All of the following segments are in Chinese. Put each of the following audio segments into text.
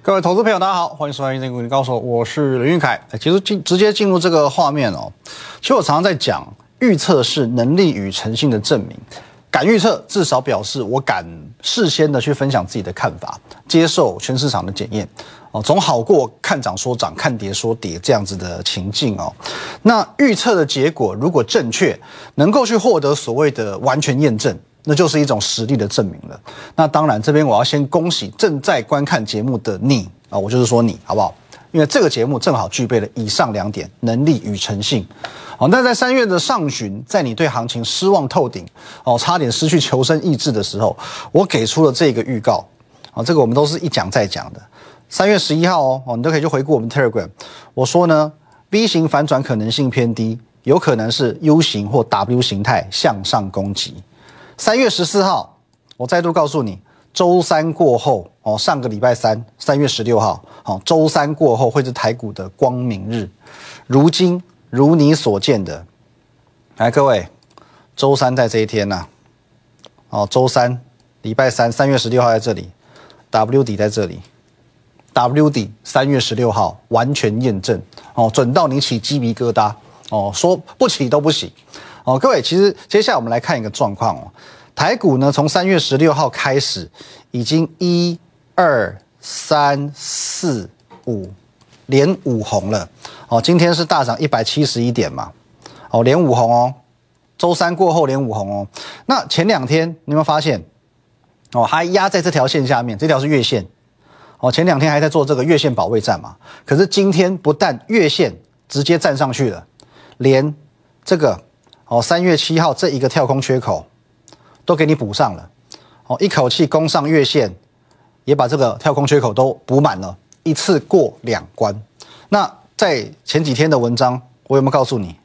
各位投资朋友，大家好，欢迎收看《赢股林高手》，我是林玉凯。其实直接进入这个画面哦。其实我常常在讲，预测是能力与诚信的证明。敢预测，至少表示我敢事先的去分享自己的看法，接受全市场的检验哦，总好过看涨说涨、看跌说跌这样子的情境哦。那预测的结果如果正确，能够去获得所谓的完全验证。那就是一种实力的证明了。那当然，这边我要先恭喜正在观看节目的你啊，我就是说你好不好？因为这个节目正好具备了以上两点：能力与诚信。好，那在3月的上旬，在你对行情失望透顶哦，差点失去求生意志的时候，我给出了这个预告啊，这个我们都是一讲再讲的。3月11号哦，你都可以去回顾我们 Telegram。我说呢 ，V 型反转可能性偏低，有可能是 U 型或 W 形态向上攻击。3月14号，我再度告诉你，周三过后哦，上个礼拜三，3月16号，好，周三过后会是台股的光明日。如今如你所见的，来各位，周三在这一天呐，哦，周三礼拜三，3月16号在这里 ，W 底在这里 ，W 底3月16号完全验证哦，准到你起鸡皮疙瘩哦，说不起都不行。哦，各位，其实接下来我们来看一个状况哦。台股呢，从3月16号开始，已经1、2、3、4、5连5红了。哦，今天是大涨171点嘛。哦，连5红哦。周三过后连5红哦。那前2天你有没有发现？哦，还压在这条线下面，这条是月线。哦，前2天还在做这个月线保卫战嘛。可是今天不但月线直接站上去了，连这个。哦，3月7号这一个跳空缺口都给你补上了，哦，一口气攻上月线，也把这个跳空缺口都补满了，一次过2关。那在前几天的文章，我有没有告诉你？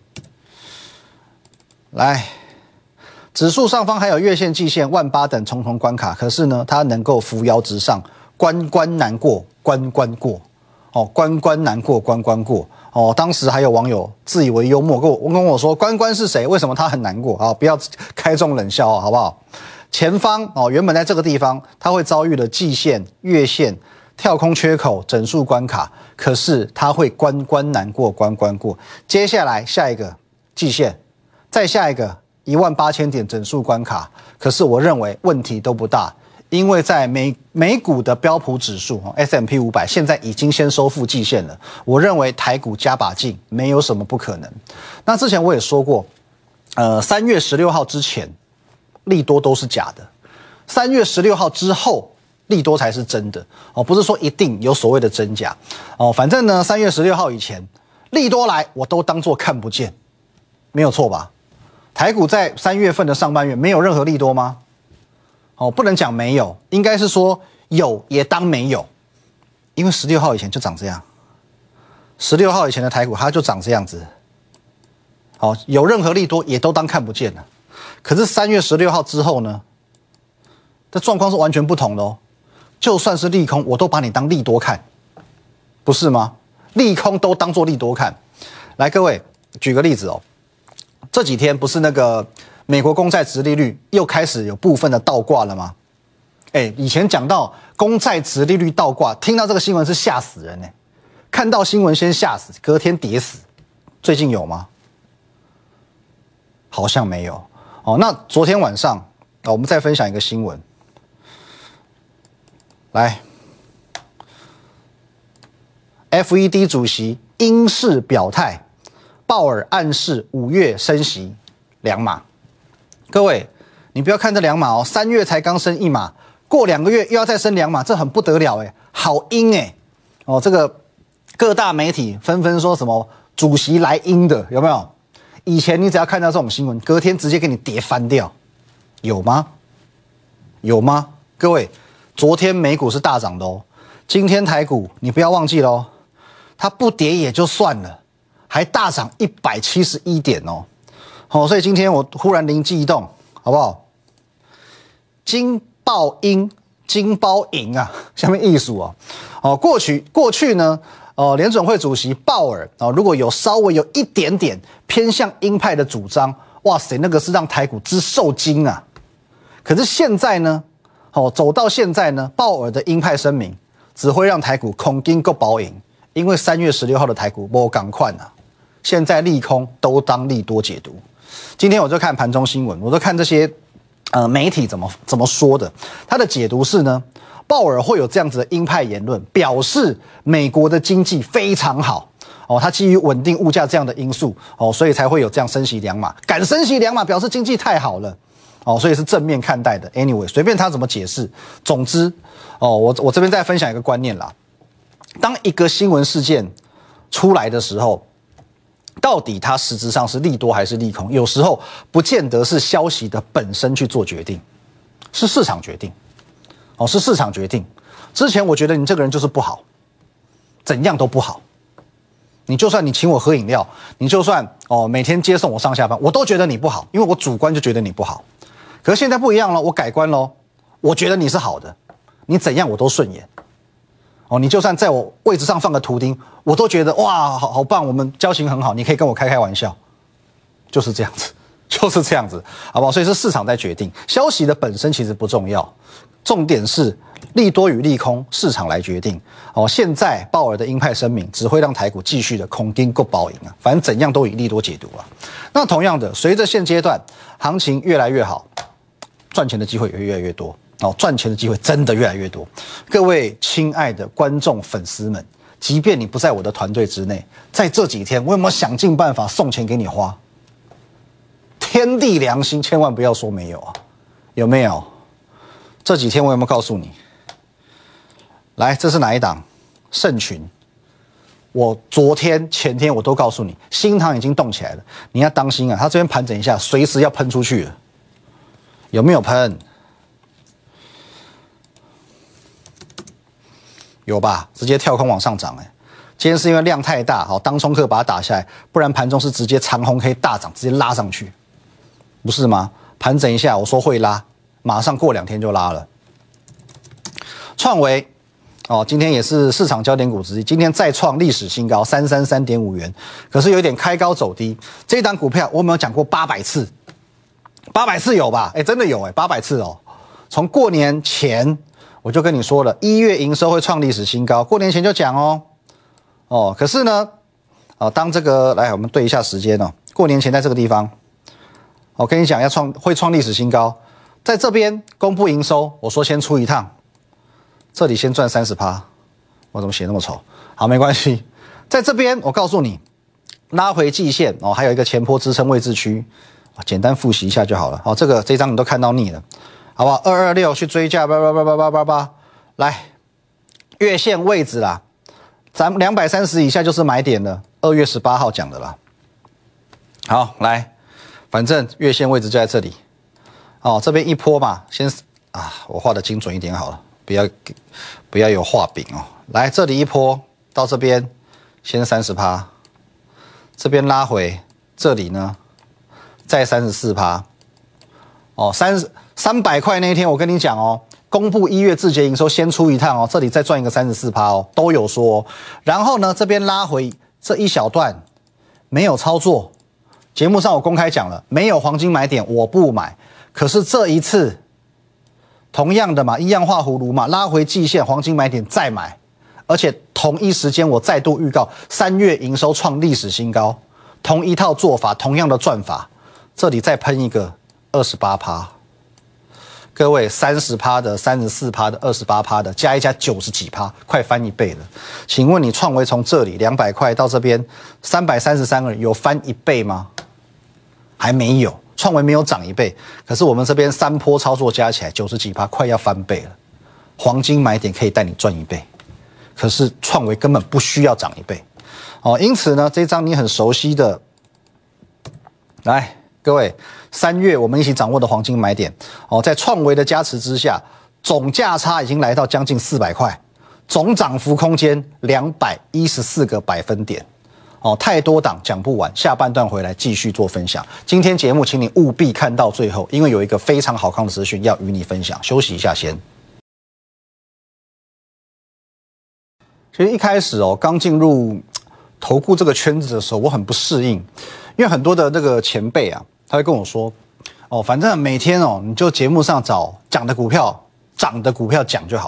来，指数上方还有月线、季线、18000等重重关卡，可是呢，它能够扶摇直上，关关难过关关过，哦，关关难过关关过。哦，当时还有网友自以为幽默跟我说，关关是谁？为什么他很难过啊？不要开这种冷笑话，好不好？前方哦，原本在这个地方，他会遭遇了季线、月线、跳空缺口、整数关卡，可是他会关关难过关关过。接下来下一个季线，再下一个18000点整数关卡，可是我认为问题都不大。因为在美股的标普指数 S&P 500现在已经先收复季线了，我认为台股加把劲没有什么不可能。那之前我也说过，3月16号之前利多都是假的，3月16号之后利多才是真的哦，不是说一定有所谓的真假哦，反正呢3月16号以前利多来我都当作看不见，没有错吧？台股在3月份的上半月没有任何利多吗？哦，不能讲没有，应该是说有也当没有，因为16号以前就长这样，16号以前的台股它就长这样子。好，有任何利多也都当看不见了。可是3月16号之后呢，这状况是完全不同的哦。就算是利空，我都把你当利多看，不是吗？利空都当作利多看。来，各位举个例子哦，这几天不是那个美国公债殖利率又开始有部分的倒挂了吗？以前讲到公债殖利率倒挂，听到这个新闻是吓死人看到新闻先吓死，隔天跌死。最近有吗？好像没有。哦，那昨天晚上我们再分享一个新闻，来 ，FED 主席鹰式表态，鲍尔暗示5月升息2码。各位，你不要看这2码哦，3月才刚升1码，过2个月又要再升2码，这很不得了好鹰哦，这个各大媒体纷纷说什么主席来鹰的，有没有？以前你只要看到这种新闻，隔天直接给你跌翻掉，有吗？有吗？各位，昨天美股是大涨的哦，今天台股你不要忘记喽，它不跌也就算了，还大涨171点哦。所以今天我忽然灵机一动，好不好？金爆鹰，金包银啊，下面艺术过去呢，联准会主席鲍尔如果有稍微有一点点偏向鹰派的主张，哇塞，那个是让台股之受惊啊。可是现在呢，走到现在呢，鲍尔的鹰派声明只会让台股空金够保赢，因为3月16号的台股没赶快啊，现在利空都当利多解读。今天我就看盘中新闻，我都看这些媒体怎么说的，他的解读是呢，鲍尔会有这样子的鹰派言论，表示美国的经济非常好。它基于稳定物价这样的因素所以才会有这样升息2码，敢升息2码表示经济太好了所以是正面看待的。Anyway， 随便他怎么解释，总之我这边再分享一个观念啦，当一个新闻事件出来的时候，到底它实质上是利多还是利空，有时候不见得是消息的本身去做决定，是市场决定是市场决定。之前我觉得你这个人就是不好，怎样都不好。你就算你请我喝饮料，你就算每天接送我上下班，我都觉得你不好，因为我主观就觉得你不好。可是现在不一样了，我改观咯，我觉得你是好的，你怎样我都顺眼。你就算在我位置上放个图钉，我都觉得哇，好棒，我们交情很好，你可以跟我开玩笑，就是这样子，就是这样子，好不好？所以是市场在决定，消息的本身其实不重要，重点是利多与利空，市场来决定。现在鲍尔的鹰派声明只会让台股继续的空盯够保赢啊，反正怎样都以利多解读啊。那同样的，随着现阶段行情越来越好，赚钱的机会也会越来越多赚钱的机会真的越来越多。各位亲爱的观众粉丝们，即便你不在我的团队之内，在这几天我有没有想尽办法送钱给你花？天地良心，千万不要说没有啊，有没有？这几天我有没有告诉你？来，这是哪一档？盛群。我昨天、前天我都告诉你，新塘已经动起来了，你要当心啊！它这边盘整一下，随时要喷出去了。有没有喷？有吧？直接跳空往上涨今天是因为量太大，当冲客把它打下来，不然盘中是直接长红 K 大涨，直接拉上去，不是吗？盘整一下，我说会拉，马上过2天就拉了。创维今天也是市场焦点股之一，今天再创历史新高333.5元，可是有点开高走低。这一档股票我有没有讲过800次？800次有吧？真的有800次从过年前我就跟你说了，1月营收会创历史新高，过年前就讲可是呢当这个来我们对一下时间过年前在这个地方，我跟你讲会创历史新高，在这边公布营收，我说先出一趟。这里先赚30%，我怎么写那么丑？好，没关系，在这边我告诉你，拉回季线还有一个前波支撑位置区，简单复习一下就好了。这张你都看到腻了，好不好？226去追价，8，来月线位置啦，咱们230以下就是买点了，2月18号讲的啦。好，来，反正月线位置就在这里，这边一波嘛，先我画的精准一点好了。不要有画饼来这里一波到这边先30%，这边拉回这里呢再34%。300块那一天我跟你讲公布1月季结营收先出一趟这里再赚一个34%都有说然后呢这边拉回这一小段没有操作，节目上我公开讲了，没有黄金买点我不买，可是这一次。同样的嘛，一样画葫芦嘛，拉回季线，黄金买点再买，而且同一时间我再度预告3月营收创历史新高，同一套做法，同样的赚法，这里再喷一个28%，各位30%的、34%的、28%的，加一加90几%，快翻1倍了。请问你创维从这里200块到这边333而已，有翻1倍吗？还没有。创维没有涨1倍，可是我们这边3波操作加起来90几%，快要翻倍了。黄金买点可以带你赚1倍，可是创维根本不需要涨1倍因此呢，这张你很熟悉的，来各位，3月我们一起掌握的黄金买点在创维的加持之下，总价差已经来到将近400块，总涨幅空间214个百分点。太多档讲不完，下半段回来继续做分享。今天节目请你务必看到最后，因为有一个非常好看的资讯要与你分享。休息一下先。其实一开始刚进入投顾这个圈子的时候，我很不适应，因为很多的那个前辈他会跟我说，反正每天你就节目上找讲的股票、涨的股票讲就好了，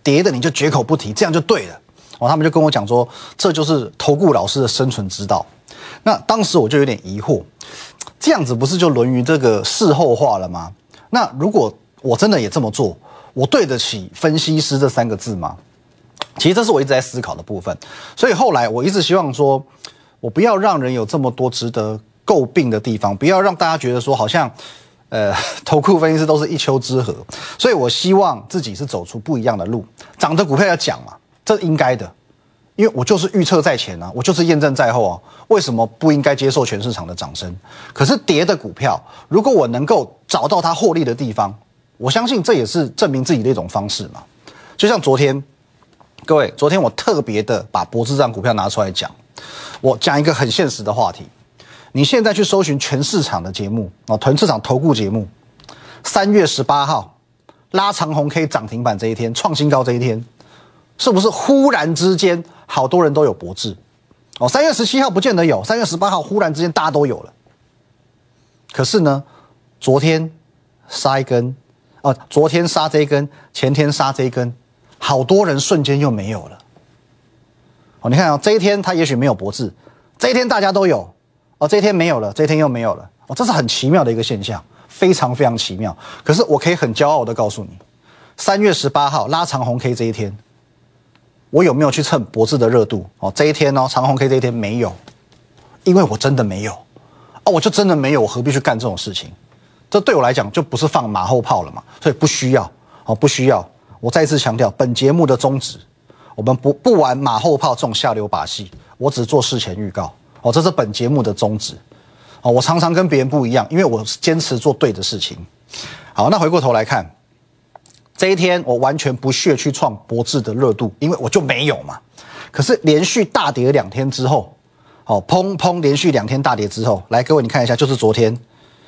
跌的你就绝口不提，这样就对了。哦，他们就跟我讲说，这就是投顾老师的生存之道。那当时我就有点疑惑，这样子不是就沦于这个事后话了吗？那如果我真的也这么做，我对得起分析师这3个字吗？其实这是我一直在思考的部分。所以后来我一直希望说，我不要让人有这么多值得诟病的地方，不要让大家觉得说好像投顾分析师都是一丘之貉。所以我希望自己是走出不一样的路。涨的股票要讲嘛，这应该的，因为我就是预测在前啊，我就是验证在后啊。为什么不应该接受全市场的掌声？可是跌的股票，如果我能够找到它获利的地方，我相信这也是证明自己的一种方式嘛。就像昨天，各位，昨天我特别的把博智这张股票拿出来讲，我讲一个很现实的话题。你现在去搜寻全市场的节目哦，全市场投顾节目，3月18号拉长红 K 涨停板这一天，创新高这一天，是不是忽然之间好多人都有博智？哦，3月17号不见得有，3月18号忽然之间大家都有了。可是呢，昨天杀一根，昨天杀这一根，前天杀这一根，好多人瞬间又没有了。哦，你看啊，这一天他也许没有博智，这一天大家都有。哦，这一天没有了，这一天又没有了。哦，这是很奇妙的一个现象，非常非常奇妙。可是我可以很骄傲的告诉你，3月18号拉长红 K 这一天，我有没有去蹭博智的热度？哦，这一天哦，长红 K 这一天没有，因为我真的没有。我就真的没有，我何必去干这种事情？这对我来讲就不是放马后炮了嘛，所以不需要。哦，不需要。我再次强调，本节目的宗旨，我们不玩马后炮这种下流把戏，我只做事前预告。哦，这是本节目的宗旨。哦，我常常跟别人不一样，因为我坚持做对的事情。好，那回过头来看，这一天我完全不屑去创博智的热度，因为我就没有嘛。可是连续大跌2天之后，砰砰连续2天大跌之后，来各位你看一下，就是昨天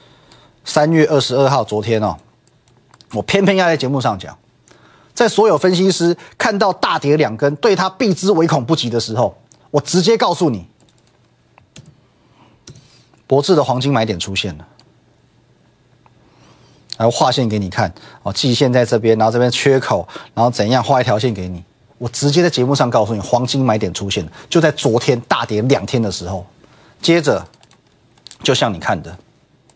3月22号，昨天哦，我偏偏要在节目上讲，在所有分析师看到大跌2根，对他避之唯恐不及的时候，我直接告诉你。博智的黄金买点出现了，然后画线给你看，季线在这边，然后这边缺口，然后怎样画一条线给你。我直接在节目上告诉你，黄金买点出现了，就在昨天大跌2天的时候。接着，就像你看的，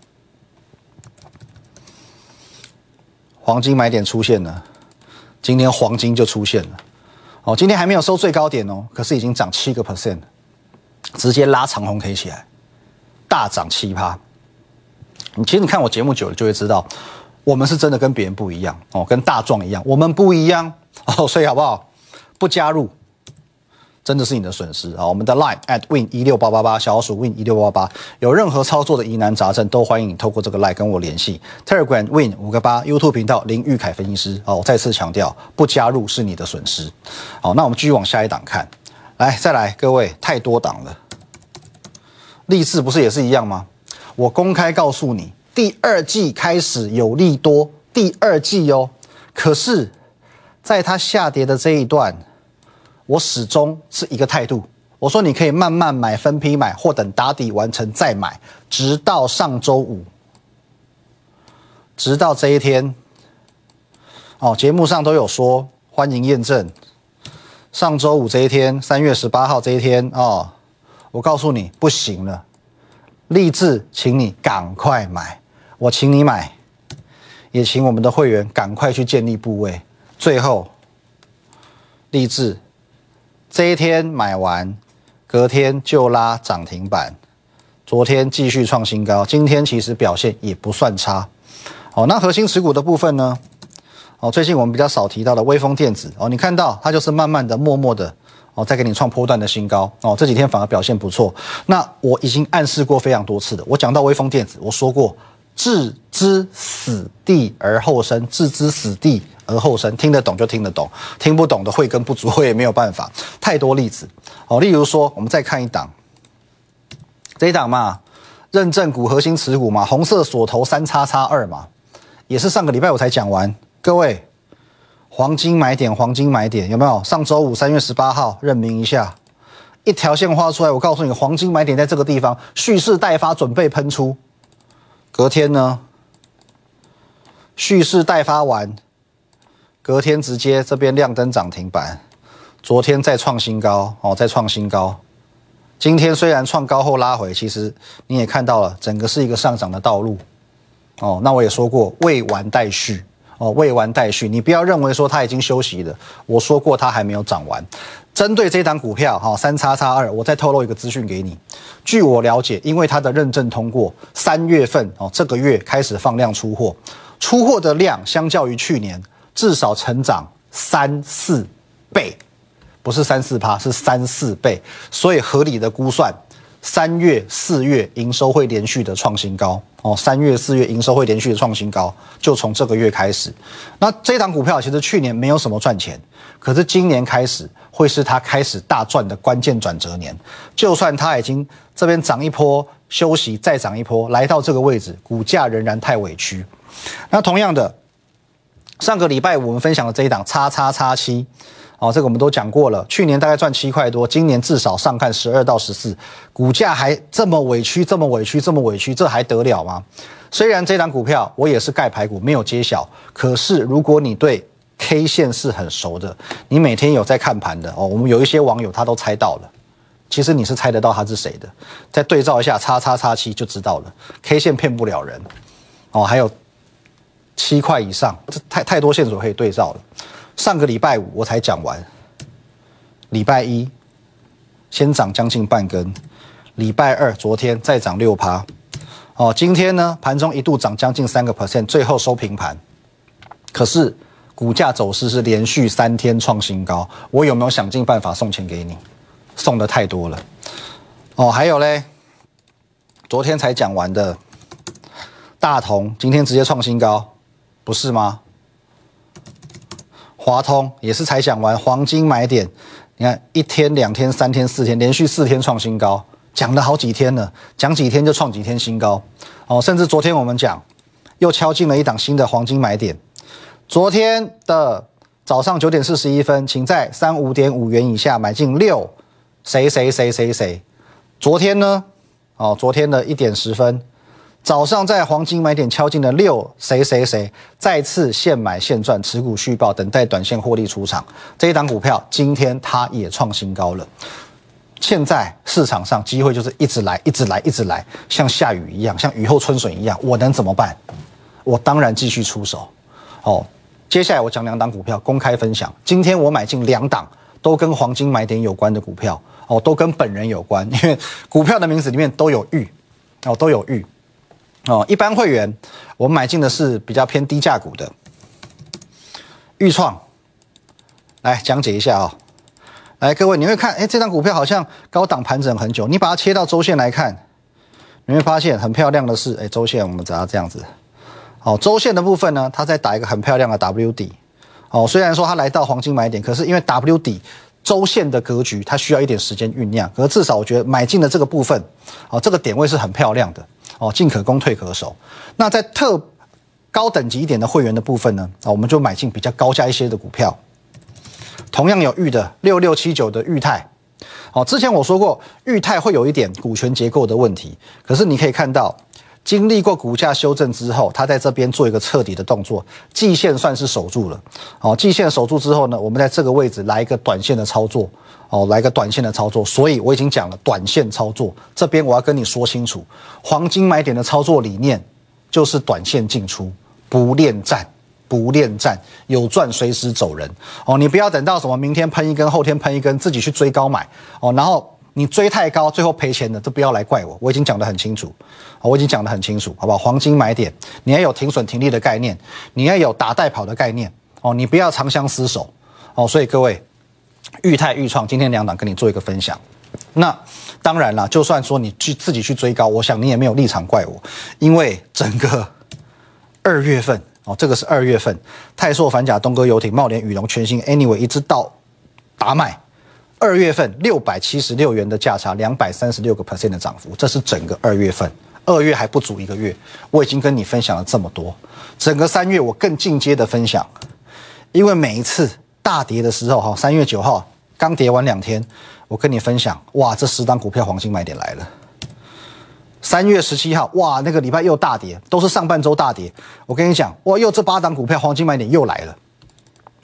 黄金买点出现了，今天黄金就出现了。今天还没有收最高点哦，可是已经涨7%了，直接拉长红 K 起来。大涨7%，其实你看我节目久了就会知道，我们是真的跟别人不一样哦，跟大壮一样，我们不一样哦，所以好不好？不加入真的是你的损失啊！我们的 Line @win16888 小老鼠 win16888，有任何操作的疑难杂症都欢迎你透过这个 Line 跟我联系。Telegram win588 YouTube 频道林玉凯分析师我再次强调，不加入是你的损失。好，那我们继续往下一档看，来再来，各位太多档了。励志不是也是一样吗？我公开告诉你，第2季开始有利多，第2季哦。可是，在它下跌的这一段，我始终是一个态度，我说你可以慢慢买、分批买，或等打底完成再买，直到上周五，直到这一天。节目上都有说，欢迎验证。上周五这一天，3月18号这一天我告诉你不行了，励志，请你赶快买，我请你买，也请我们的会员赶快去建立部位。最后，励志这一天买完，隔天就拉涨停板，昨天继续创新高，今天其实表现也不算差。那核心持股的部分呢？最近我们比较少提到的微风电子你看到它就是慢慢的、默默的。再给你创波段的新高这几天反而表现不错。那我已经暗示过非常多次的，我讲到微风电子，我说过置之死地而后生，置之死地而后生，听得懂就听得懂，听不懂的慧根不足，我也没有办法。太多例子例如说，我们再看一档，这一档嘛，认证股核心持股嘛，红色锁头3XX2嘛，也是上个礼拜我才讲完，各位。黄金买点，黄金买点，有没有？上周五3月18号认明一下，一条线画出来，我告诉你，黄金买点在这个地方，蓄势待发，准备喷出。隔天呢，蓄势待发完， 隔天直接这边亮灯涨停板，昨天再创新高哦，再创新高。今天虽然创高后拉回，其实你也看到了，整个是一个上涨的道路哦。那我也说过，未完待续哦，未完待续。你不要认为说它已经休息了，我说过它还没有涨完。针对这档股票哈，3XX2，我再透露一个资讯给你。据我了解，因为它的认证通过，3月份哦，这个月开始放量出货，出货的量相较于去年至少成长3-4倍，不是3-4%，是3-4倍。所以合理的估算，3月、4月营收会连续的创新高哦。3月、4月营收会连续的创新高，就从这个月开始。那这档股票其实去年没有什么赚钱，可是今年开始会是它开始大赚的关键转折年。就算它已经这边涨一波，休息再涨一波，来到这个位置，股价仍然太委屈。那同样的，上个礼拜五我们分享的这一档XXX7。哦，这个我们都讲过了，去年大概赚7块多，今年至少上看12到14，股价还这么委屈，这么委屈，这么委屈，这还得了吗？虽然这档股票我也是盖牌股，没有揭晓，可是如果你对 K 线是很熟的，你每天有在看盘的哦，我们有一些网友他都猜到了，其实你是猜得到他是谁的，再对照一下XXX7就知道了 ，K 线骗不了人哦，还有7块以上，这太多线索可以对照了。上个礼拜五我才讲完，礼拜一先涨将近半根，礼拜二昨天再涨6%，哦，今天呢盘中一度涨将近3%，最后收平盘，可是股价走势是连续3天创新高，我有没有想尽办法送钱给你？送的太多了，哦，还有嘞，昨天才讲完的大同，今天直接创新高，不是吗？华通也是才讲完黄金买点，你看1天、2天、3天、4天，连续4天创新高，讲了好几天了，讲几天就创几天新高哦。甚至昨天我们讲，又敲进了一档新的黄金买点。昨天的早上9点41分，请在35.5元以下买进6谁。昨天呢？哦，昨天的1点10分。早上在黄金买点敲进了6谁，再次现买现赚，持股续报，等待短线获利出场。这一档股票今天它也创新高了。现在市场上机会就是一直来，像下雨一样，像雨后春笋一样。我能怎么办？我当然继续出手。哦，接下来我讲2档股票公开分享。今天我买进2档都跟黄金买点有关的股票，哦，都跟本人有关，因为股票的名字里面都有玉，哦，都有玉。哦，一般会员我们买进的是比较偏低价股的裕创，来讲解一下哦。来，各位你会看，这张股票好像高档盘整很久，你把它切到周线来看，你会发现很漂亮的是，周线我们只要这样子，哦，周线的部分呢，它在打一个很漂亮的 W 底，哦，虽然说它来到黄金买点，可是因为 W 底周线的格局，它需要一点时间酝酿，可是至少我觉得买进的这个部分，哦，这个点位是很漂亮的。哦，进可攻，退可守。那在特高等级一点的会员的部分呢，我们就买进比较高价一些的股票。同样有裕的6679的裕泰，哦，之前我说过裕泰会有一点股权结构的问题，可是你可以看到，经历过股价修正之后，它在这边做一个彻底的动作，季线算是守住了。哦，季线守住之后呢，我们在这个位置来一个短线的操作。哦，来个短线的操作，所以我已经讲了短线操作，这边我要跟你说清楚，黄金买点的操作理念就是短线进出，不恋战，有赚随时走人。哦，你不要等到什么明天喷一根，后天喷一根，自己去追高买。哦，然后你追太高，最后赔钱的，都不要来怪我，我已经讲得很清楚，好不好？黄金买点，你要有停损停利的概念，你要有打带跑的概念。哦，你不要长相厮守。哦，所以各位。裕泰、裕创今天2档跟你做一个分享。那当然啦，就算说你自己去追高，我想你也没有立场怪我，因为整个2月份哦，这个是2月份，泰硕、反甲、东哥游艇、茂联、宇龙、全新 Anyway 一直到达卖，2月份676元的价差，236% 的涨幅，这是整个2月份。2月还不足1个月，我已经跟你分享了这么多，整个3月我更进阶的分享，因为每一次。大跌的时候，哈，3月9号刚跌完2天，我跟你分享，哇，这10档股票黄金买点来了。3月17号，哇，那个礼拜又大跌，都是上半周大跌。我跟你讲，哇，又这8档股票黄金买点又来了。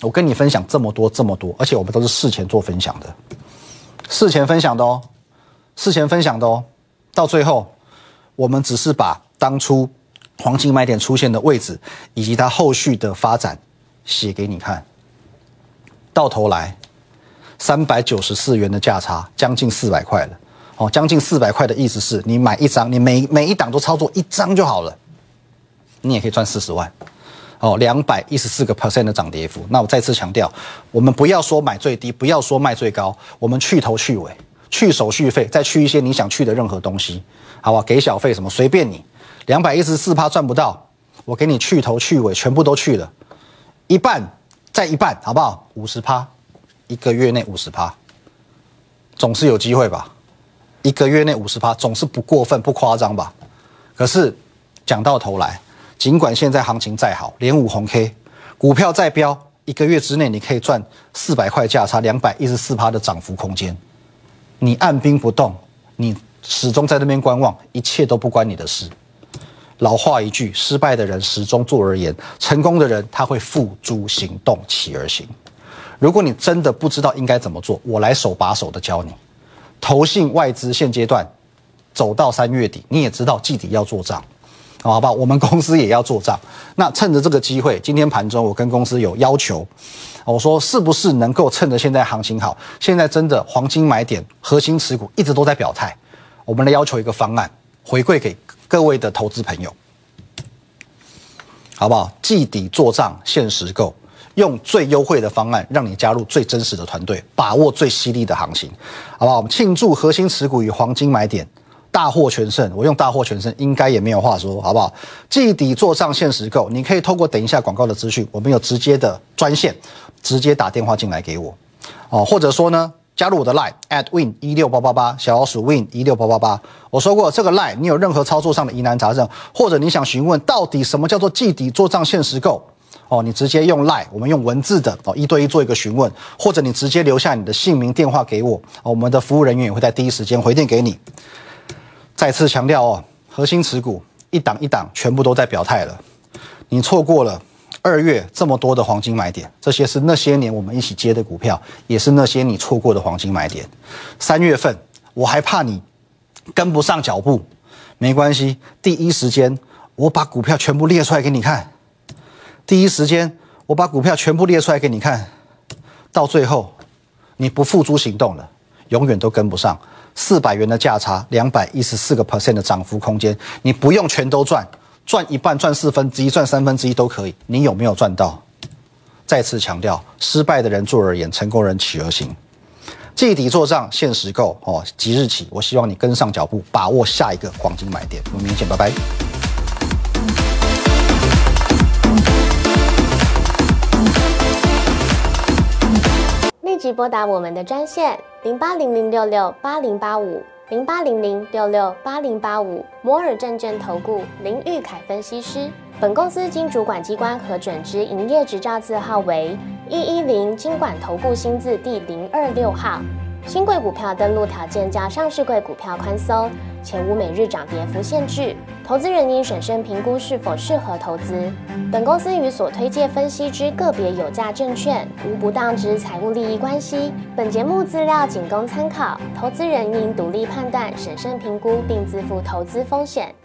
我跟你分享这么多，而且我们都是事前做分享的，事前分享的哦，到最后我们只是把当初黄金买点出现的位置以及它后续的发展写给你看，到头来394元的价差，将近400块了。哦，将近400块的意思是你买一张，你每一档都操作一张就好了，你也可以赚40万。哦，214% 的涨跌幅。那我再次强调，我们不要说买最低，不要说卖最高，我们去头去尾，去手续费，再去一些你想去的任何东西，好吧？给小费什么随便你，214%赚不到，我给你去头去尾，全部都去了，一半再一半，好不好？50%，一个月内50%，总是有机会吧？一个月内50%，总是不过分不夸张吧？可是讲到头来，尽管现在行情再好，连5红 K， 股票再飙，一个月之内你可以赚400块价差，214%的涨幅空间。你按兵不动，你始终在那边观望，一切都不关你的事。老话一句，失败的人始终坐而言，成功的人他会付诸行动，起而行。如果你真的不知道应该怎么做，我来手把手的教你。投信外资现阶段走到3月底，你也知道季底要做账，好吧？我们公司也要做账。那趁着这个机会，今天盘中我跟公司有要求，我说是不是能够趁着现在行情好，现在真的黄金买点、核心持股一直都在表态，我们来要求一个方案，回馈给各位的投资朋友，好不好？季底做账限时购。用最优惠的方案，让你加入最真实的团队，把握最犀利的行情，好不好？我们庆祝核心持股与黄金买点大获全胜，我用大获全胜应该也没有话说，好不好？季底做账限时购，你可以透过等一下广告的资讯，我们有直接的专线，直接打电话进来给我，哦，或者说呢，加入我的 Line @win16888，小老鼠 win16888。我说过，这个 Line 你有任何操作上的疑难杂症，或者你想询问到底什么叫做季底做账限时购。哦，你直接用 Line， 我们用文字的1对1做一个询问，或者你直接留下你的姓名、电话给我，我们的服务人员也会在第一时间回电给你。再次强调哦，核心持股一档一档全部都在表态了，你错过了2月这么多的黄金买点，这些是那些年我们一起接的股票，也是那些你错过的黄金买点。3月份我还怕你跟不上脚步，没关系，第一时间我把股票全部列出来给你看。第一时间，我把股票全部列出来给你看，到最后，你不付诸行动了，永远都跟不上。400元的价差，214% 的涨幅空间，你不用全都赚，赚一半、赚1/4、赚1/3都可以。你有没有赚到？再次强调，失败的人做而言，成功人起而行。季底做账限时购哦，即日起，我希望你跟上脚步，把握下一个黄金买点。我们明天见，拜拜。 立即拨打我们的专线08006680850800668085摩尔证券投顾林玉凯分析师。本公司经主管机关核准之营业执照字号为110金管投顾新字第026号。新贵股票登录条件较上市贵股票宽松，且无每日涨跌幅限制。投资人应审慎评估是否适合投资。本公司与所推介分析之个别有价证券无不当之财务利益关系。本节目资料仅供参考，投资人应独立判断、审慎评估，并自负投资风险。